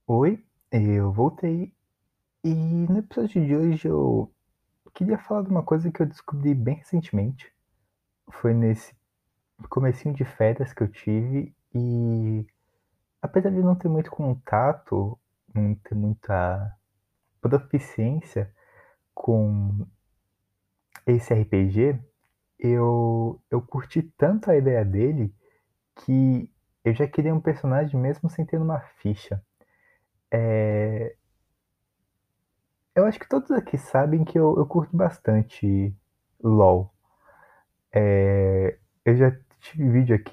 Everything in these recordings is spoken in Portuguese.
Oi, eu voltei e no episódio de hoje eu queria falar de uma coisa que eu descobri bem recentemente. Foi nesse comecinho de férias que eu tive e apesar de não ter muito contato, não ter muita proficiência com esse RPG, eu curti tanto a ideia dele que eu já queria um personagem mesmo sem ter uma ficha. Eu acho que todos aqui sabem que eu curto bastante LoL. Eu já tive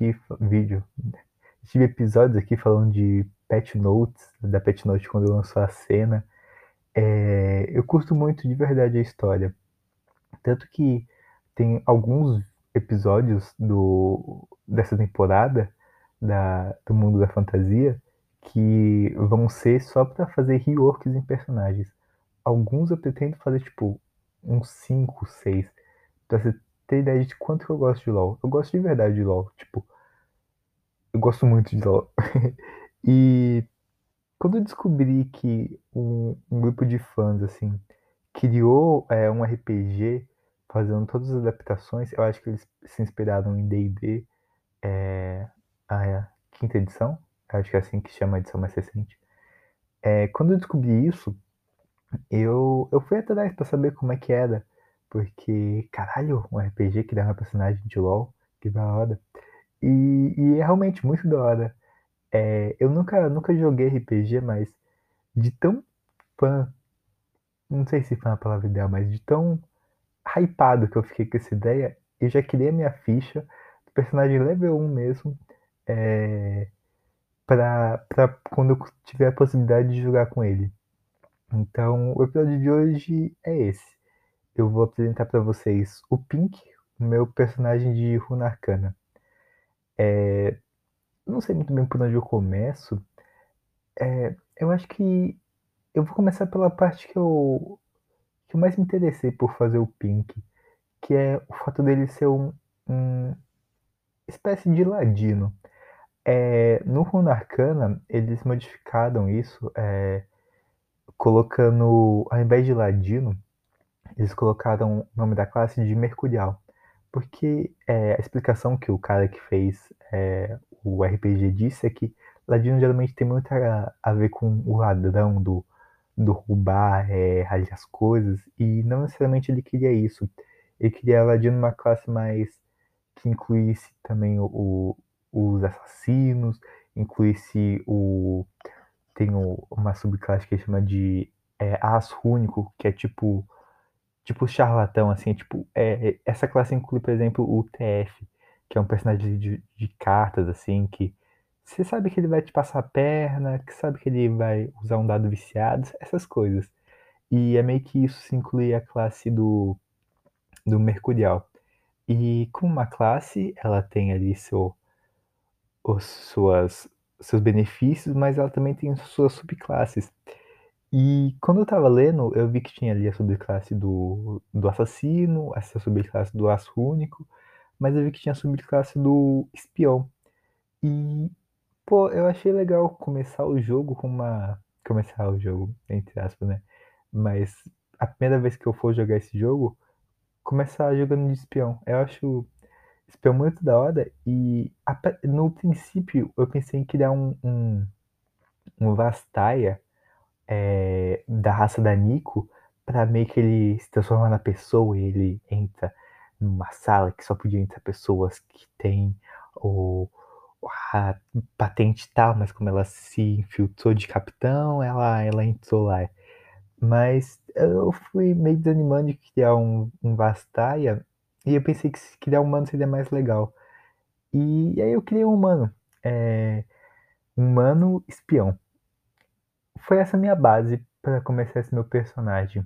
tive episódios aqui falando de Pet Notes, da Pet Note quando lançou a cena. Eu curto muito de verdade a história. Tanto que tem alguns episódios dessa temporada do mundo da fantasia que vão ser só para fazer reworks em personagens. Alguns eu pretendo fazer tipo uns 5, 6. Pra você ter ideia de quanto que eu gosto de LoL. Eu gosto de verdade de LoL. Tipo, eu gosto muito de LoL. E quando eu descobri que um grupo de fãs, assim, criou um RPG fazendo todas as adaptações, eu acho que eles se inspiraram em D&D, a quinta edição, eu acho que é assim que chama a edição mais recente. Quando eu descobri isso, eu fui atrás pra saber como é que era, porque, caralho, um RPG criar uma personagem de LoL, que da hora. E é realmente muito da hora. Eu nunca joguei RPG, mas de tão fã, não sei se fã é a palavra ideal, mas de tão hypado que eu fiquei com essa ideia, eu já criei a minha ficha do personagem level 1 mesmo, é, pra quando eu tiver a possibilidade de jogar com ele. Então, o episódio de hoje é esse. Eu vou apresentar pra vocês o Pink, o meu personagem de Runa Arcana. Não sei muito bem por onde eu começo. Eu acho que eu vou começar pela parte que eu mais me interessei por fazer o Pink, que é o fato dele ser um espécie de ladino. No Runa Arcana, eles modificaram isso, colocando, ao invés de ladino, eles colocaram o nome da classe de Mercurial. Porque a explicação que o cara que fez o RPG disse é que ladino geralmente tem muito a ver com o ladrão do roubar, ralir as coisas, e não necessariamente ele queria isso. Ele queria ladino uma classe mais que incluísse também os assassinos, incluísse uma subclasse que ele chama de As Rúnico, que é tipo charlatão, assim, tipo, essa classe inclui, por exemplo, o TF, que é um personagem de cartas, assim, que você sabe que ele vai te passar a perna, que sabe que ele vai usar um dado viciado, essas coisas. E é meio que isso se inclui a classe do Mercurial. E como uma classe, ela tem ali os suas, seus benefícios, mas ela também tem suas subclasses. E quando eu tava lendo, eu vi que tinha ali a subclasse do assassino, essa subclasse do aço único, mas eu vi que tinha a subclasse do espião. E, pô, eu achei legal começar o jogo com uma. Começar o jogo, entre aspas, né? Mas a primeira vez que eu for jogar esse jogo, começar jogando de espião. Eu acho espião muito da hora e no princípio eu pensei em criar um Vastaia da raça da Nico pra meio que ele se transformar na pessoa e ele entra numa sala que só podia entrar pessoas que têm o, a patente tal, mas como ela se infiltrou de capitão, ela entrou lá. Mas eu fui meio desanimando de criar um Vastaia e eu pensei que se criar um humano seria mais legal. E aí eu criei um humano, um humano espião. Foi essa minha base para começar esse meu personagem.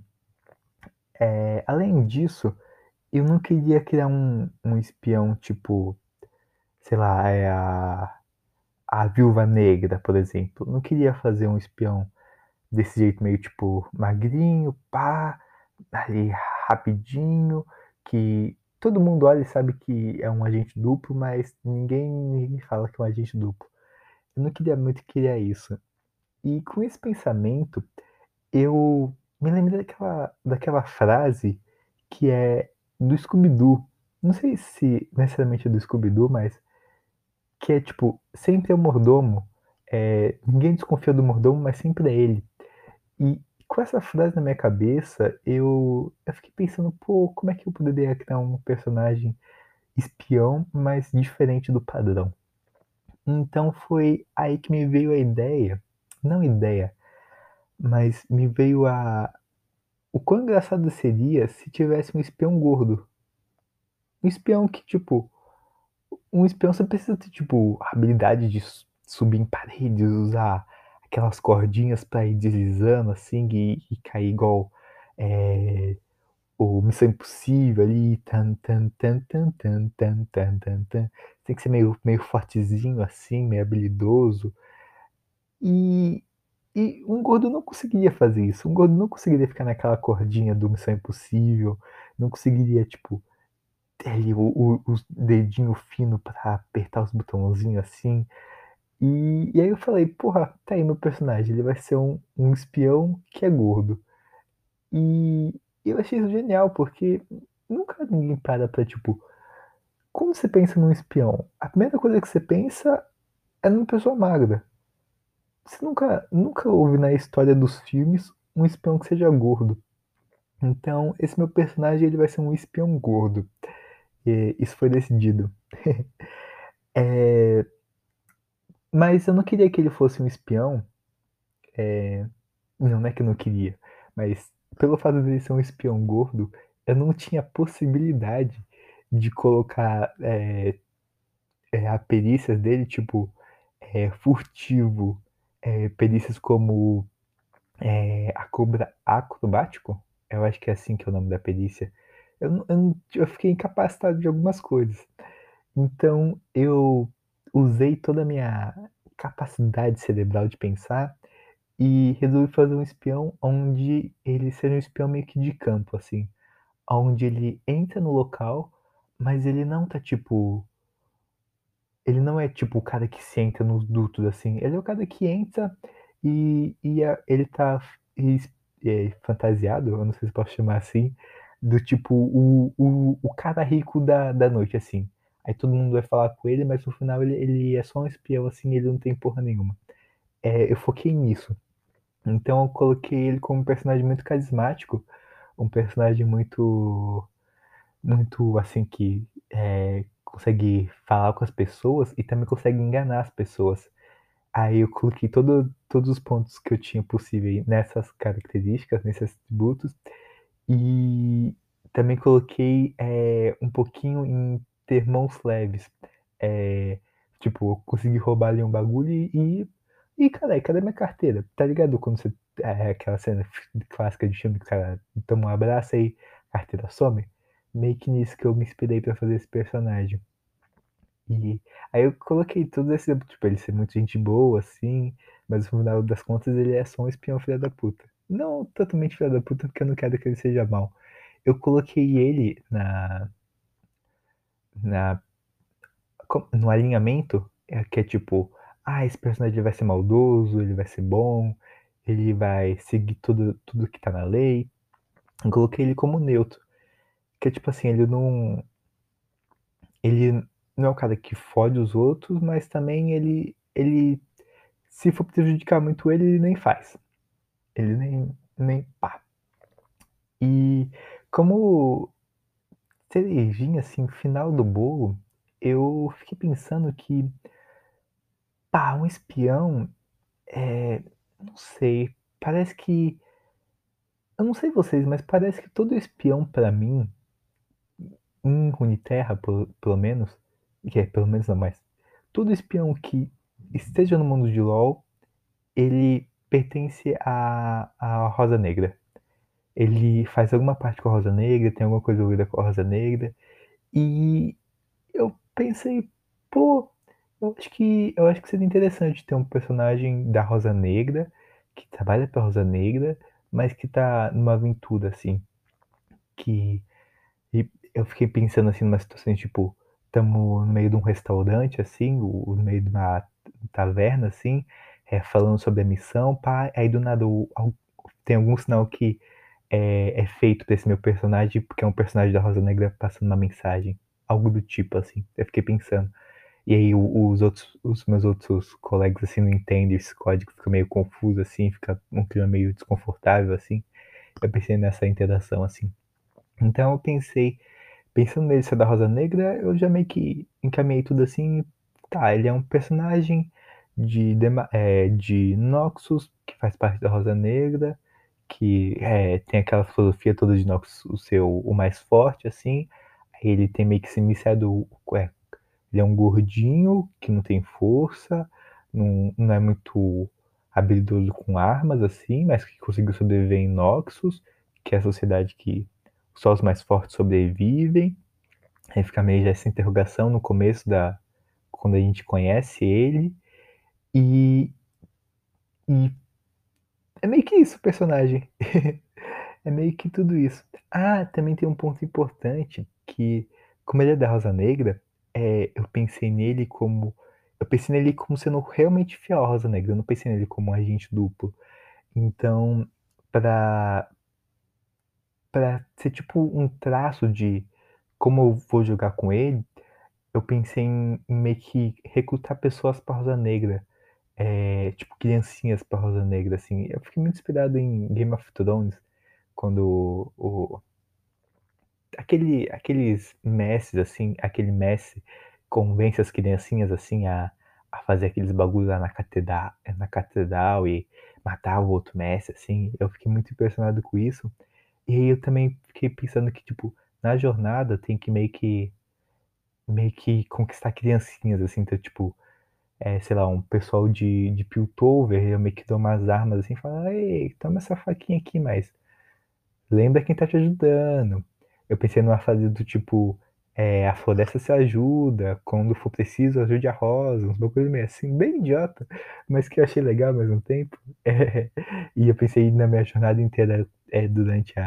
Além disso, eu não queria criar um espião tipo, sei lá, a Viúva Negra, por exemplo. Não queria fazer um espião desse jeito meio tipo magrinho, pá, ali rapidinho, que todo mundo olha e sabe que é um agente duplo, mas ninguém fala que é um agente duplo. Eu não queria muito criar isso. E com esse pensamento, eu me lembrei daquela frase que é do Scooby-Doo. Não sei se necessariamente é do Scooby-Doo, mas que é tipo, sempre é o mordomo, ninguém desconfia do mordomo, mas sempre é ele. E com essa frase na minha cabeça, eu fiquei pensando: "Pô, como é que eu poderia criar um personagem espião, mas diferente do padrão?". Então foi aí que me veio a ideia, não ideia, mas me veio a o quão engraçado seria se tivesse um espião gordo. Um espião que, tipo, um espião você precisa ter, tipo, habilidade de subir em paredes, usar aquelas cordinhas pra ir deslizando, assim, e cair igual, eh, o Missão Impossível ali, tan tan tan tan tan tan tan tan tan. Tem que ser meio fortezinho, assim, meio habilidoso. E um gordo não conseguiria fazer isso, um gordo não conseguiria ficar naquela cordinha do Missão Impossível, não conseguiria, tipo, ter ali os dedinho fino pra apertar os botãozinhos assim. E aí eu falei: "Porra, tá aí meu personagem, ele vai ser um espião que é gordo". E eu achei isso genial, porque nunca ninguém para pra, tipo, quando você pensa num espião, a primeira coisa que você pensa é numa pessoa magra. Você nunca houve na história dos filmes um espião que seja gordo. Então, esse meu personagem ele vai ser um espião gordo. Isso foi decidido. Eh, mas eu não queria que ele fosse um espião, não é que eu não queria, mas pelo fato dele ser um espião gordo, eu não tinha possibilidade de colocar, a perícias dele, tipo, furtivo, perícias como, acrobático? Eu acho que é assim que é o nome da perícia. Eu fiquei incapacitado de algumas coisas. Então eu usei toda a minha capacidade cerebral de pensar e resolvi fazer um espião onde ele seja um espião meio que de campo, assim, onde ele entra no local, mas ele não é tipo o cara que se entra nos dutos, assim, ele é o cara que entra ele tá fantasiado, eu não sei se posso chamar assim, do tipo o cara rico da noite, assim. Aí todo mundo vai falar com ele, mas no final ele é só um espião, assim, ele não tem porra nenhuma. Eu foquei nisso. Então eu coloquei ele como um personagem muito carismático, um personagem muito assim que consegue falar com as pessoas e também consegue enganar as pessoas. Aí eu coloquei todos os pontos que eu tinha possível nessas características, nesses atributos, e também coloquei um pouquinho em ter mãos leves. Eh, tipo, eu consegui roubar ali um bagulho caralho, cadê minha carteira? Tá ligado quando você aquela cena clássica de filme que o cara toma um abraço, aí a carteira some? Meio que nisso que eu me inspirei pra fazer esse personagem. E aí eu coloquei tudo esse tipo, ele ser muito gente boa, assim, mas no final das contas ele é só um espião filha da puta. Não totalmente filha da puta, porque eu não quero que ele seja mau. Eu coloquei ele na no alinhamento, que é tipo, esse personagem vai ser maldoso, ele vai ser bom, ele vai seguir tudo que tá na lei. Eu coloquei ele como neutro, que é tipo assim, ele não é o cara que fode os outros, mas também ele se for prejudicar muito ele nem faz. Ele nem pá. E como cerejinha, assim, final do bolo, eu fiquei pensando que, um espião, não sei, parece que eu não sei vocês, mas parece que todo espião pra mim, em Runeterra pelo menos, que é pelo menos não, mas todo espião que esteja no mundo de LoL, ele pertence à Rosa Negra. Ele faz alguma parte com a Rosa Negra, tem alguma coisa envolvida com a Rosa Negra, e eu pensei: "Pô, eu acho que seria interessante ter um personagem da Rosa Negra, que trabalha pra Rosa Negra, mas que tá numa aventura, assim, que". E eu fiquei pensando, assim, numa situação, tipo, estamos no meio de um restaurante, assim, no meio de uma taverna, assim, falando sobre a missão, pá, aí do nada tem algum sinal que é feito pra esse meu personagem, porque é um personagem da Rosa Negra passando uma mensagem, algo do tipo, assim. Eu fiquei pensando. E aí os meus outros colegas, assim, não entendem esse código, fica meio confuso, assim, fica um clima meio desconfortável, assim. Eu pensei nessa interação, assim. Então eu pensei, pensando nele ser da Rosa Negra, eu já meio que encaminhei tudo assim. Tá, ele é um personagem de Noxus, que faz parte da Rosa Negra, que tem aquela filosofia toda de Noxus, o mais forte, assim. Aí ele tem meio que esse iniciado. Ele é um gordinho que não tem força, não é muito habilidoso com armas, assim, mas que conseguiu sobreviver em Noxus, que é a sociedade que só os mais fortes sobrevivem. Aí fica meio já essa interrogação no começo quando a gente conhece ele. E, e é meio que isso o personagem. É meio que tudo isso. Ah, também tem um ponto importante que, como ele é da Rosa Negra, eu pensei nele como sendo realmente fiel à Rosa Negra. Eu não pensei nele como um agente duplo. Então, pra, pra ser tipo um traço de como eu vou jogar com ele, eu pensei em meio que recrutar pessoas pra Rosa Negra. Tipo, criancinhas pra Rosa Negra, assim. Eu fiquei muito inspirado em Game of Thrones, quando aqueles mestres, assim, aquele mestre convence as criancinhas, assim, a fazer aqueles bagulho lá na catedral e matar o outro mestre, assim. Eu fiquei muito impressionado com isso. E aí eu também fiquei pensando que, tipo, na jornada tem que meio que conquistar criancinhas, assim. Então, tipo, sei lá, um pessoal de Piltover, eu meio que dou umas armas assim, e falo, ei, toma essa faquinha aqui, mas lembra quem tá te ajudando. Eu pensei numa fase do tipo, a floresta se ajuda, quando for preciso, ajude a Rosa, uns bagulho meio assim, bem idiota, mas que eu achei legal ao mesmo tempo. E eu pensei na minha jornada inteira, durante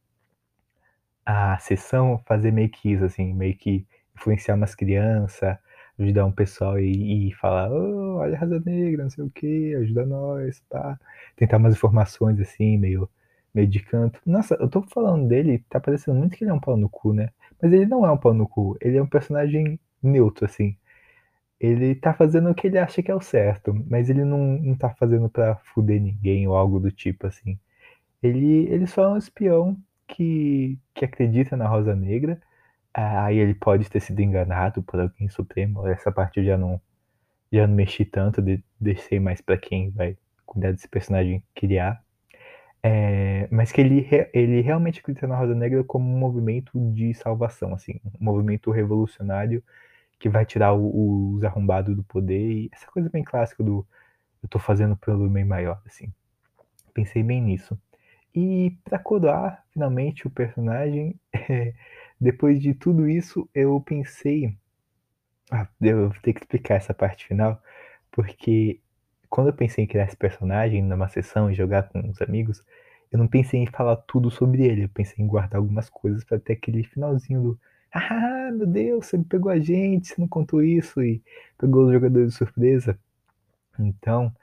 a sessão, fazer meio que isso, assim, meio que influenciar umas crianças, ajudar um pessoal e falar, oh, olha a Raça Negra, não sei o que, ajuda nós, pá. Tentar umas informações, assim, meio de canto. Nossa, eu tô falando dele, tá parecendo muito que ele é um pau no cu, né? Mas ele não é um pau no cu, ele é um personagem neutro, assim. Ele tá fazendo o que ele acha que é o certo, mas ele não tá fazendo pra fuder ninguém ou algo do tipo, assim. Ele só é um espião que acredita na Rosa Negra. Aí ele pode ter sido enganado por alguém supremo. Essa parte eu já não mexi tanto, deixei mais pra quem vai cuidar desse personagem criar. Mas que ele realmente acredita na Rosa Negra como um movimento de salvação, assim, um movimento revolucionário que vai tirar os arrombados do poder. E essa coisa bem clássica do eu tô fazendo pelo bem maior, assim. Pensei bem nisso. E para coroar finalmente o personagem, depois de tudo isso, eu pensei. Eu vou ter que explicar essa parte final, porque quando eu pensei em criar esse personagem numa sessão e jogar com os amigos, eu não pensei em falar tudo sobre ele, eu pensei em guardar algumas coisas para ter aquele finalzinho do. Ah, meu Deus, você pegou a gente, você não contou isso e pegou os jogadores de surpresa. Então,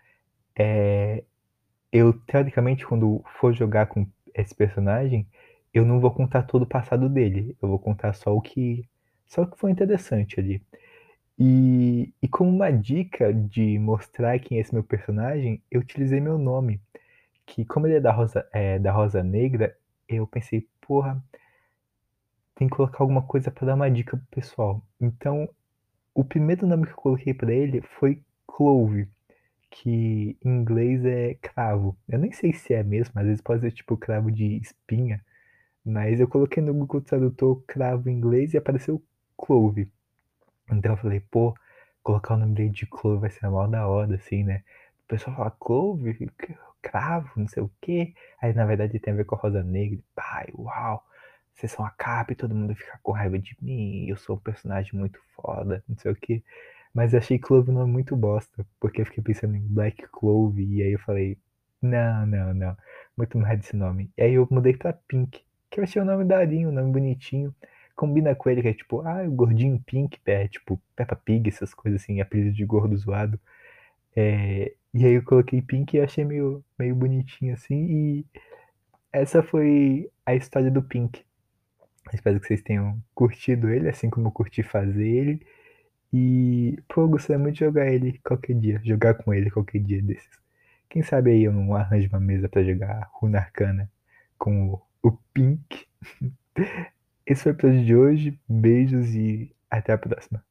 eu, teoricamente, quando for jogar com esse personagem, eu não vou contar todo o passado dele. Eu vou contar só o que foi interessante ali. E como uma dica de mostrar quem é esse meu personagem, eu utilizei meu nome. Que como ele é da Rosa Negra, eu pensei, porra, tem que colocar alguma coisa pra dar uma dica pro pessoal. Então, o primeiro nome que eu coloquei pra ele foi Clove, que em inglês é cravo. Eu nem sei se é mesmo, às vezes pode ser tipo cravo de espinha, mas eu coloquei no Google Tradutor cravo em inglês e apareceu Clove. Então eu falei, pô, colocar o nome dele de Clove vai ser mal da hora, assim, né? O pessoal fala, Clove, cravo, não sei o quê. Aí na verdade tem a ver com a Rosa Negra. Pai, uau, vocês são a capa e todo mundo fica com raiva de mim. Eu sou um personagem muito foda, não sei o quê. Mas eu achei Clove um nome muito bosta, porque eu fiquei pensando em Black Clove, e aí eu falei, não, não, não, muito mais desse nome. E aí eu mudei pra Pink, que eu achei o nome darinho, um nome bonitinho. Combina com ele, que é tipo, o gordinho Pink, tipo Peppa Pig, essas coisas assim, apelido de gordo zoado. E aí eu coloquei Pink e achei meio bonitinho assim. E essa foi a história do Pink. Espero que vocês tenham curtido ele, assim como eu curti fazer ele. E, pô, eu gostaria muito de jogar ele qualquer dia. Jogar com ele qualquer dia desses. Quem sabe aí eu não arranjo uma mesa pra jogar Runa Arcana com o Pink. Esse foi o episódio de hoje. Beijos e até a próxima.